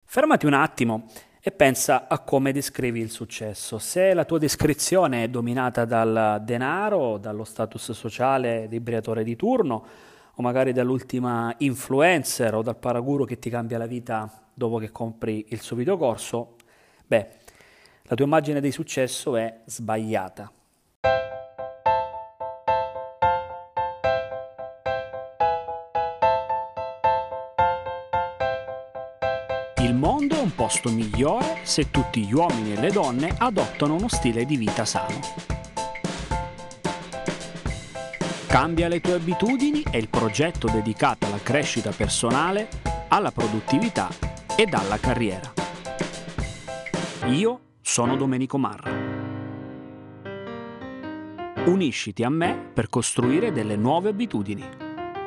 Fermati un attimo e pensa a come descrivi il successo. Se la tua descrizione è dominata dal denaro, dallo status sociale di briatore di turno, o magari dall'ultima influencer o dal paraguru che ti cambia la vita dopo che compri il suo videocorso, la tua immagine di successo è sbagliata. Il mondo è un posto migliore se tutti gli uomini e le donne adottano uno stile di vita sano. Cambia le tue abitudini è il progetto dedicato alla crescita personale, alla produttività ed alla carriera. Io sono Domenico Marra. Unisciti a me per costruire delle nuove abitudini.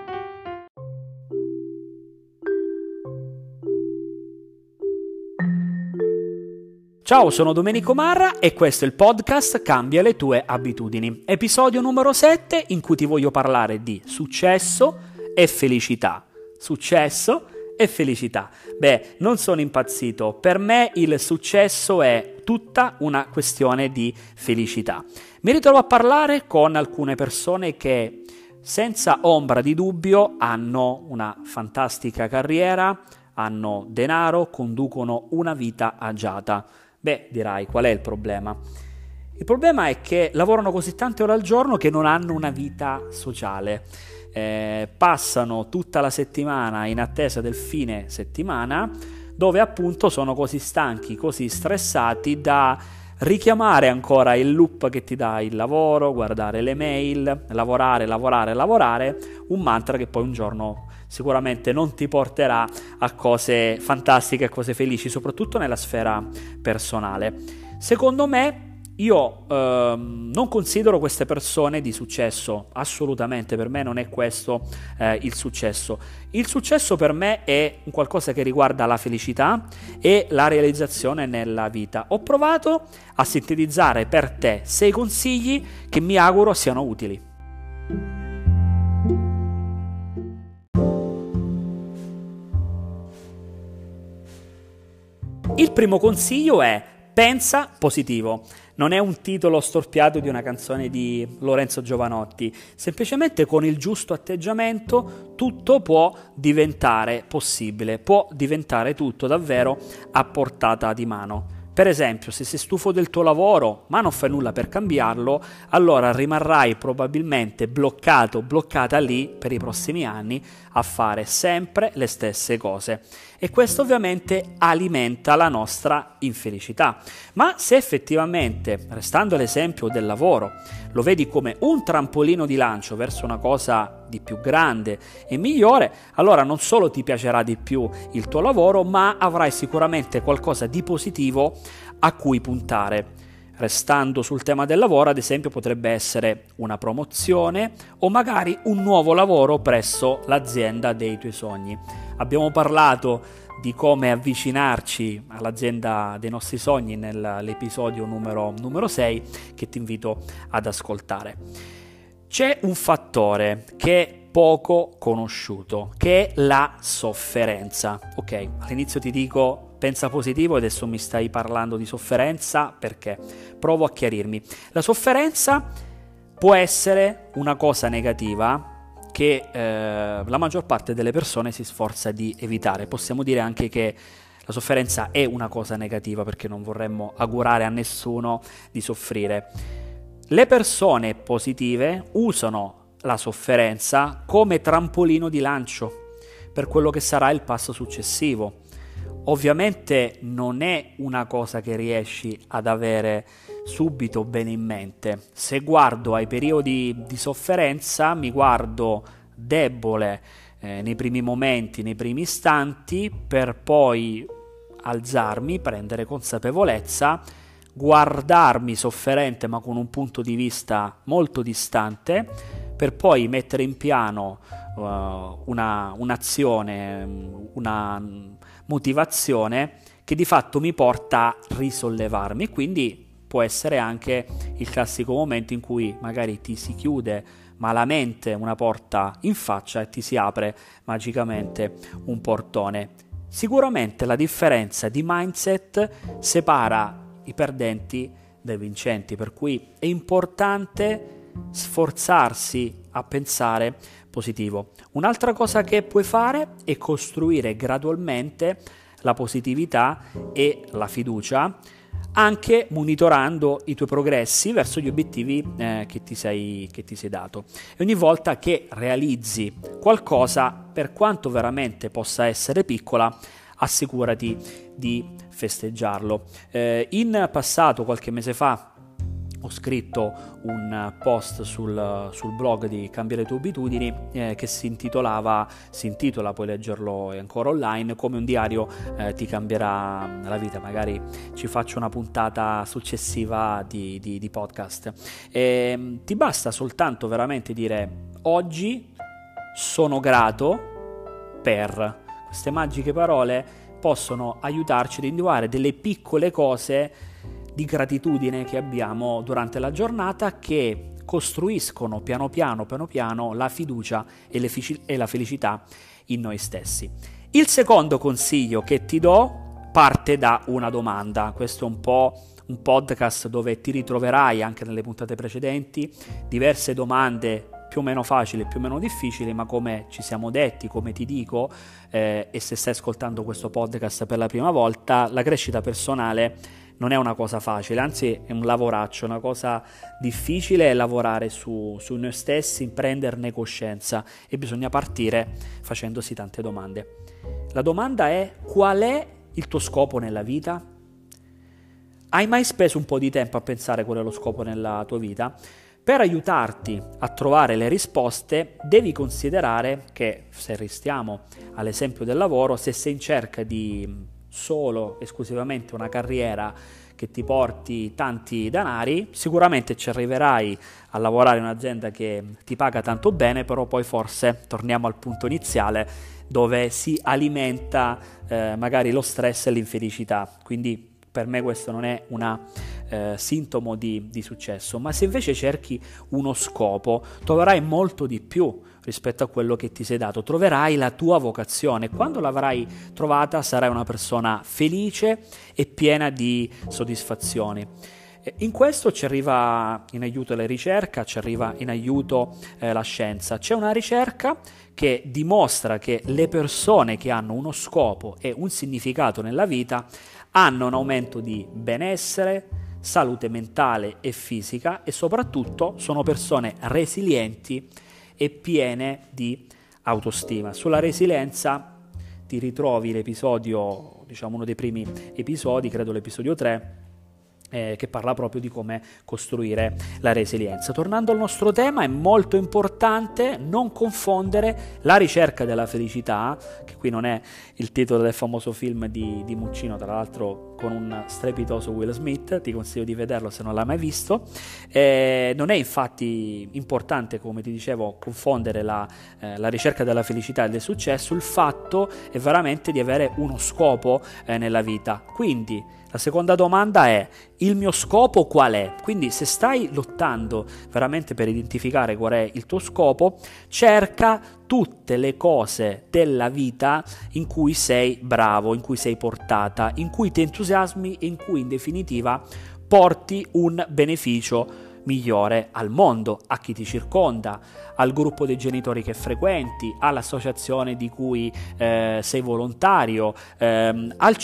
Ciao, sono Domenico Marra e questo è il podcast Cambia le tue abitudini. Episodio numero 7 in cui ti voglio parlare di successo e felicità. Successo e felicità. Non sono impazzito. Per me il successo è tutta una questione di felicità. Mi ritrovo a parlare con alcune persone che senza ombra di dubbio hanno una fantastica carriera, hanno denaro, conducono una vita agiata. Dirai, qual è il problema? Il problema è che lavorano così tante ore al giorno che non hanno una vita sociale. Passano tutta la settimana in attesa del fine settimana, dove appunto sono così stanchi, così stressati da richiamare ancora il loop che ti dà il lavoro, guardare le mail, lavorare, un mantra che poi un giorno sicuramente non ti porterà a cose fantastiche, a cose felici, soprattutto nella sfera personale. Secondo me, io non considero queste persone di successo, assolutamente, per me non è questo il successo. Il successo per me è un qualcosa che riguarda la felicità e la realizzazione nella vita. Ho provato a sintetizzare per te 6 consigli che mi auguro siano utili. Il primo consiglio è: pensa positivo. Non è un titolo storpiato di una canzone di Lorenzo Giovanotti, semplicemente con il giusto atteggiamento tutto può diventare possibile, può diventare tutto davvero a portata di mano. Per esempio, se sei stufo del tuo lavoro ma non fai nulla per cambiarlo, allora rimarrai probabilmente bloccata lì per i prossimi anni a fare sempre le stesse cose. E questo ovviamente alimenta la nostra infelicità. Ma se effettivamente, restando l'esempio del lavoro, lo vedi come un trampolino di lancio verso una cosa di più grande e migliore, allora non solo ti piacerà di più il tuo lavoro, ma avrai sicuramente qualcosa di positivo a cui puntare. Restando sul tema del lavoro, ad esempio, potrebbe essere una promozione o magari un nuovo lavoro presso l'azienda dei tuoi sogni. Abbiamo parlato di come avvicinarci all'azienda dei nostri sogni nell'episodio numero 6 che ti invito ad ascoltare. C'è un fattore che è poco conosciuto, che è la sofferenza. Ok, all'inizio ti dico pensa positivo e adesso mi stai parlando di sofferenza perché? Provo a chiarirmi. La sofferenza può essere una cosa negativa che la maggior parte delle persone si sforza di evitare. Possiamo dire anche che la sofferenza è una cosa negativa perché non vorremmo augurare a nessuno di soffrire. Le persone positive usano la sofferenza come trampolino di lancio per quello che sarà il passo successivo. Ovviamente non è una cosa che riesci ad avere subito bene in mente. Se guardo ai periodi di sofferenza, mi guardo debole nei primi momenti, nei primi istanti, per poi alzarmi, prendere consapevolezza, guardarmi sofferente ma con un punto di vista molto distante, per poi mettere in piano un'azione, una motivazione che di fatto mi porta a risollevarmi. Quindi può essere anche il classico momento in cui magari ti si chiude malamente una porta in faccia e ti si apre magicamente un portone. sicuramente la differenza di mindset separa i perdenti dai vincenti, per cui è importante sforzarsi a pensare positivo. Un'altra cosa che puoi fare è costruire gradualmente la positività e la fiducia, anche monitorando i tuoi progressi verso gli obiettivi che ti sei dato. E ogni volta che realizzi qualcosa, per quanto veramente possa essere piccola, assicurati di festeggiarlo. In passato, qualche mese fa, ho scritto un post sul blog di Cambiare le tue abitudini che si intitola, puoi leggerlo ancora online, come un diario ti cambierà la vita. Magari ci faccio una puntata successiva di podcast. Ti basta soltanto veramente dire: oggi sono grato per. Queste magiche parole possono aiutarci ad individuare delle piccole cose di gratitudine che abbiamo durante la giornata, che costruiscono piano piano la fiducia e la felicità in noi stessi. Il secondo consiglio che ti do parte da una domanda. Questo è un po' un podcast dove ti ritroverai, anche nelle puntate precedenti, diverse domande più o meno facili, più o meno difficili, ma come ci siamo detti, come ti dico, e se stai ascoltando questo podcast per la prima volta, la crescita personale non è una cosa facile, anzi è un lavoraccio. Una cosa difficile è lavorare su noi stessi, prenderne coscienza, e bisogna partire facendosi tante domande. La domanda è: qual è il tuo scopo nella vita? Hai mai speso un po' di tempo a pensare qual è lo scopo nella tua vita? Per aiutarti a trovare le risposte, devi considerare che, se restiamo all'esempio del lavoro, se sei in cerca di esclusivamente una carriera che ti porti tanti denari, sicuramente ci arriverai a lavorare in un'azienda che ti paga tanto bene, però poi forse torniamo al punto iniziale, dove si alimenta magari lo stress e l'infelicità. Quindi per me questo non è una sintomo di successo. Ma se invece cerchi uno scopo, troverai molto di più rispetto a quello che ti sei dato. Troverai la tua vocazione. Quando l'avrai trovata, sarai una persona felice e piena di soddisfazioni. In questo ci arriva in aiuto la ricerca, ci arriva in aiuto la scienza. C'è una ricerca che dimostra che le persone che hanno uno scopo e un significato nella vita hanno un aumento di benessere, salute mentale e fisica, e soprattutto sono persone resilienti e piene di autostima. Sulla resilienza ti ritrovi l'episodio, uno dei primi episodi, credo l'episodio 3, che parla proprio di come costruire la resilienza. Tornando al nostro tema, è molto importante non confondere la ricerca della felicità, che qui non è il titolo del famoso film di Muccino, tra l'altro con un strepitoso Will Smith, ti consiglio di vederlo se non l'hai mai visto. Non è infatti importante, come ti dicevo, confondere la ricerca della felicità e del successo. Il fatto è veramente di avere uno scopo nella vita. Quindi la seconda domanda è: il mio scopo qual è? Quindi se stai lottando veramente per identificare qual è il tuo scopo, cerca tutte le cose della vita in cui sei bravo, in cui sei portata, in cui ti entusiasmi e in cui in definitiva porti un beneficio migliore al mondo, a chi ti circonda, al gruppo dei genitori che frequenti, all'associazione di cui sei volontario, al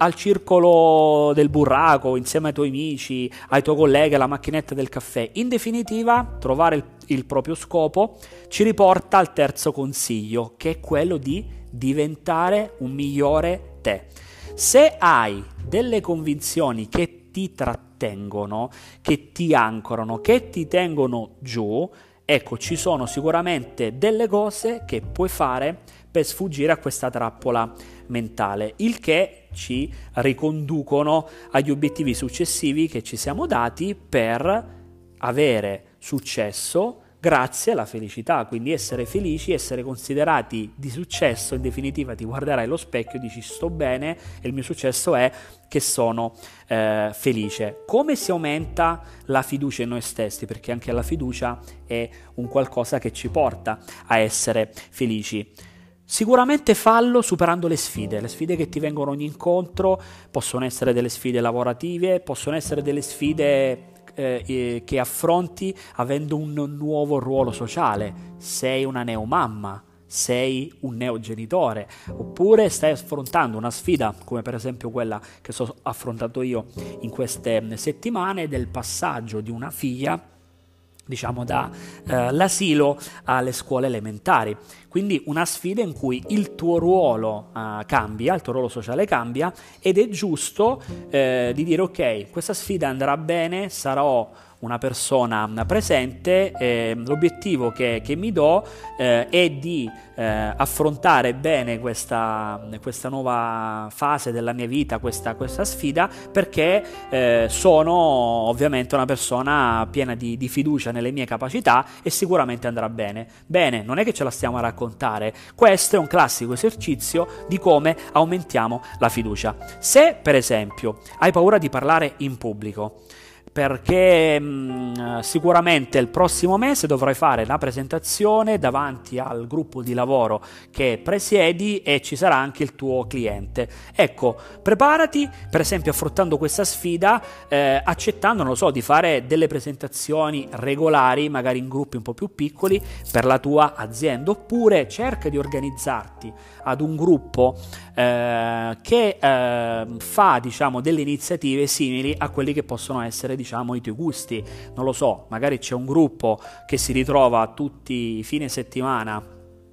circolo del burraco insieme ai tuoi amici, ai tuoi colleghi, alla macchinetta del caffè. In definitiva, trovare il proprio scopo ci riporta al terzo consiglio, che è quello di diventare un migliore te. Se hai delle convinzioni che ti trattengono, che ti ancorano, che ti tengono giù, ecco, ci sono sicuramente delle cose che puoi fare per sfuggire a questa trappola mentale, il che ci riconducono agli obiettivi successivi che ci siamo dati per avere successo grazie alla felicità. Quindi essere felici, essere considerati di successo. In definitiva ti guarderai allo specchio e dici: sto bene e il mio successo è che sono felice. Come si aumenta la fiducia in noi stessi? Perché anche la fiducia è un qualcosa che ci porta a essere felici. Sicuramente fallo superando le sfide che ti vengono ogni incontro, possono essere delle sfide lavorative, possono essere delle sfide che affronti avendo un nuovo ruolo sociale, sei una neomamma, sei un neogenitore, oppure stai affrontando una sfida come per esempio quella che sto affrontando io in queste settimane del passaggio di una figlia, diciamo da l'asilo alle scuole elementari. Quindi una sfida in cui il tuo ruolo cambia, il tuo ruolo sociale cambia, ed è giusto di dire ok, questa sfida andrà bene, sarò una persona presente, l'obiettivo che mi do è di affrontare bene questa nuova fase della mia vita, questa sfida, perché sono ovviamente una persona piena di fiducia nelle mie capacità e sicuramente andrà bene. Bene, non è che ce la stiamo a raccontare, questo è un classico esercizio di come aumentiamo la fiducia. Se per esempio hai paura di parlare in pubblico, perché sicuramente il prossimo mese dovrai fare la presentazione davanti al gruppo di lavoro che presiedi e ci sarà anche il tuo cliente. Ecco, preparati per esempio affrontando questa sfida, accettando, non lo so, di fare delle presentazioni regolari, magari in gruppi un po' più piccoli per la tua azienda, oppure cerca di organizzarti ad un gruppo che fa, diciamo, delle iniziative simili a quelli che possono essere, diciamo, i tuoi gusti. Non lo so, magari c'è un gruppo che si ritrova tutti i fine settimana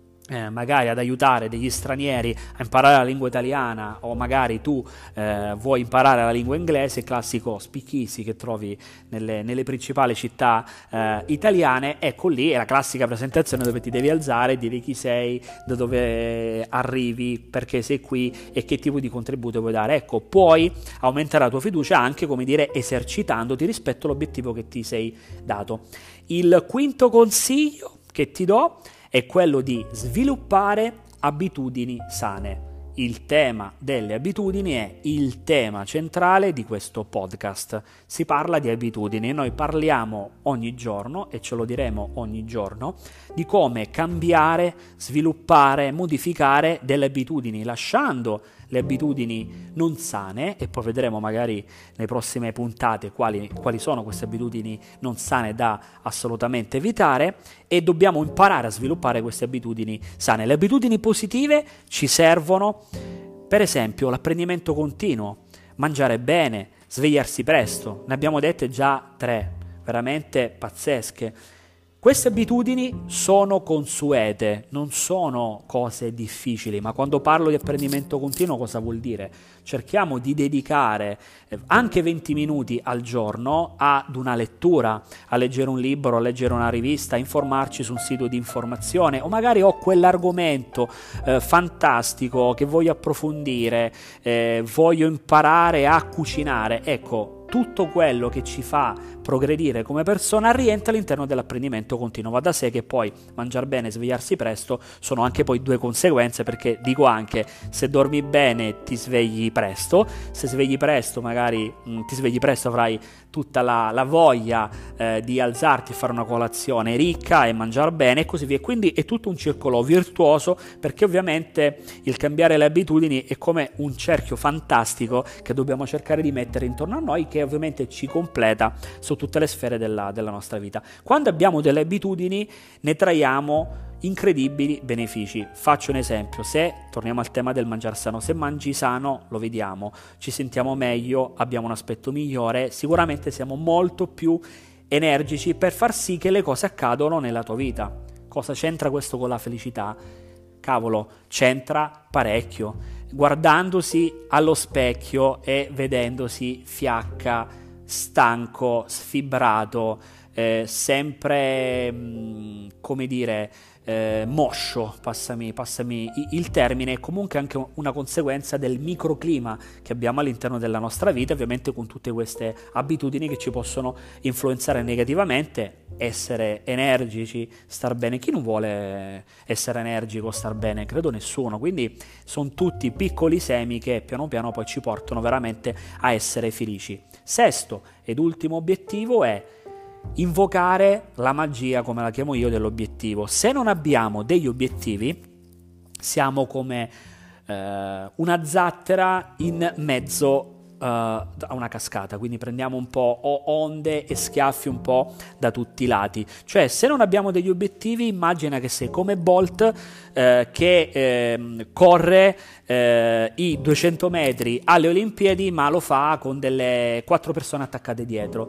magari ad aiutare degli stranieri a imparare la lingua italiana, o magari tu vuoi imparare la lingua inglese, il classico speak easy che trovi nelle principali città italiane. Ecco, lì è la classica presentazione dove ti devi alzare, dire chi sei, da dove arrivi, perché sei qui e che tipo di contributo vuoi dare. Ecco, puoi aumentare la tua fiducia anche, come dire, esercitandoti rispetto all'obiettivo che ti sei dato. Il quinto consiglio che ti do è quello di sviluppare abitudini sane. Il tema delle abitudini è il tema centrale di questo podcast. Si parla di abitudini e noi parliamo ogni giorno, e ce lo diremo ogni giorno, di come cambiare, sviluppare, modificare delle abitudini, lasciando le abitudini non sane, e poi vedremo magari nelle prossime puntate quali sono queste abitudini non sane da assolutamente evitare, e dobbiamo imparare a sviluppare queste abitudini sane. Le abitudini positive ci servono, per esempio, l'apprendimento continuo, mangiare bene, svegliarsi presto. Ne abbiamo dette già 3, veramente pazzesche. Queste abitudini sono consuete, non sono cose difficili, ma quando parlo di apprendimento continuo cosa vuol dire? Cerchiamo di dedicare anche 20 minuti al giorno ad una lettura, a leggere un libro, a leggere una rivista, a informarci su un sito di informazione, o magari ho quell'argomento fantastico che voglio approfondire, voglio imparare a cucinare. Ecco, tutto quello che ci fa progredire come persona rientra all'interno dell'apprendimento continuo. Va da sé che poi mangiare bene e svegliarsi presto sono anche poi 2 conseguenze, perché dico anche, se dormi bene ti svegli presto, se svegli presto magari ti svegli presto, avrai tutta la voglia di alzarti e fare una colazione ricca e mangiare bene e così via. Quindi è tutto un circolo virtuoso, perché ovviamente il cambiare le abitudini è come un cerchio fantastico che dobbiamo cercare di mettere intorno a noi, che ovviamente ci completa su tutte le sfere della nostra vita. Quando abbiamo delle abitudini ne traiamo incredibili benefici. Faccio un esempio: se torniamo al tema del mangiare sano, se mangi sano, lo vediamo, ci sentiamo meglio, abbiamo un aspetto migliore, sicuramente siamo molto più energici per far sì che le cose accadano nella tua vita. Cosa c'entra questo con la felicità? Cavolo, c'entra parecchio. Guardandosi allo specchio e vedendosi fiacca, stanco, sfibrato, sempre, come dire, moscio, passami il termine, è comunque anche una conseguenza del microclima che abbiamo all'interno della nostra vita, ovviamente con tutte queste abitudini che ci possono influenzare negativamente. Essere energici, star bene, chi non vuole essere energico, star bene? Credo nessuno. Quindi sono tutti piccoli semi che piano piano poi ci portano veramente a essere felici. Sesto ed ultimo obiettivo è invocare la magia, come la chiamo io, dell'obiettivo. Se non abbiamo degli obiettivi, siamo come una zattera in mezzo a una cascata, quindi prendiamo un po' onde e schiaffi un po' da tutti i lati. Cioè, se non abbiamo degli obiettivi, immagina che sei come Bolt che corre i 200 metri alle Olimpiadi, ma lo fa con delle 4 persone attaccate dietro.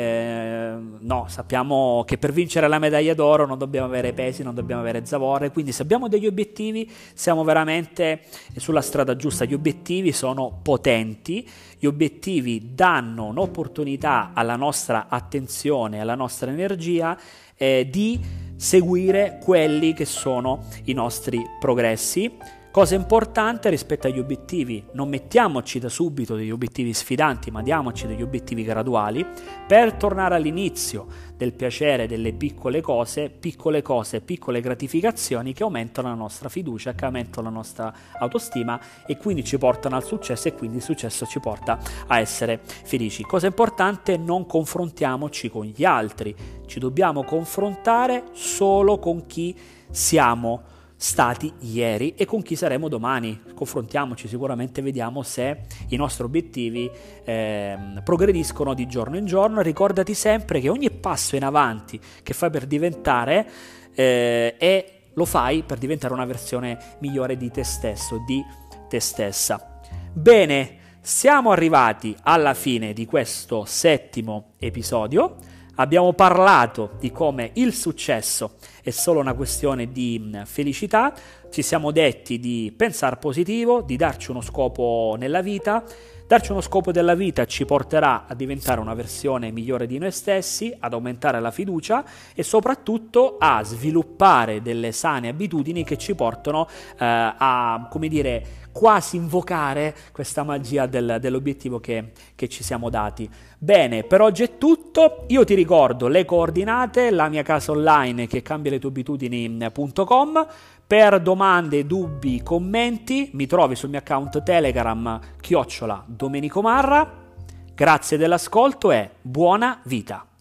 No, sappiamo che per vincere la medaglia d'oro non dobbiamo avere pesi, non dobbiamo avere zavorre, quindi se abbiamo degli obiettivi siamo veramente sulla strada giusta. Gli obiettivi sono potenti, gli obiettivi danno un'opportunità alla nostra attenzione, alla nostra energia di seguire quelli che sono i nostri progressi. Cosa importante rispetto agli obiettivi: non mettiamoci da subito degli obiettivi sfidanti, ma diamoci degli obiettivi graduali per tornare all'inizio del piacere delle piccole cose, piccole gratificazioni che aumentano la nostra fiducia, che aumentano la nostra autostima e quindi ci portano al successo, e quindi il successo ci porta a essere felici. Cosa importante: non confrontiamoci con gli altri, ci dobbiamo confrontare solo con chi siamo stati ieri e con chi saremo domani. Confrontiamoci, sicuramente vediamo se i nostri obiettivi progrediscono di giorno in giorno. Ricordati sempre che ogni passo in avanti che fai per diventare lo fai per diventare una versione migliore di te stesso, di te stessa. Bene, siamo arrivati alla fine di questo 7° episodio. Abbiamo parlato di come il successo è solo una questione di felicità, ci siamo detti di pensare positivo, di darci uno scopo nella vita. Darci uno scopo della vita ci porterà a diventare una versione migliore di noi stessi, ad aumentare la fiducia e soprattutto a sviluppare delle sane abitudini che ci portano a, come dire, quasi invocare questa magia dell'obiettivo che ci siamo dati. Bene, per oggi è tutto. Io ti ricordo le coordinate, la mia casa online che è cambialetueabitudini.com. Per domande, dubbi, commenti mi trovi sul mio account Telegram @Domenico Marra. Grazie dell'ascolto e buona vita.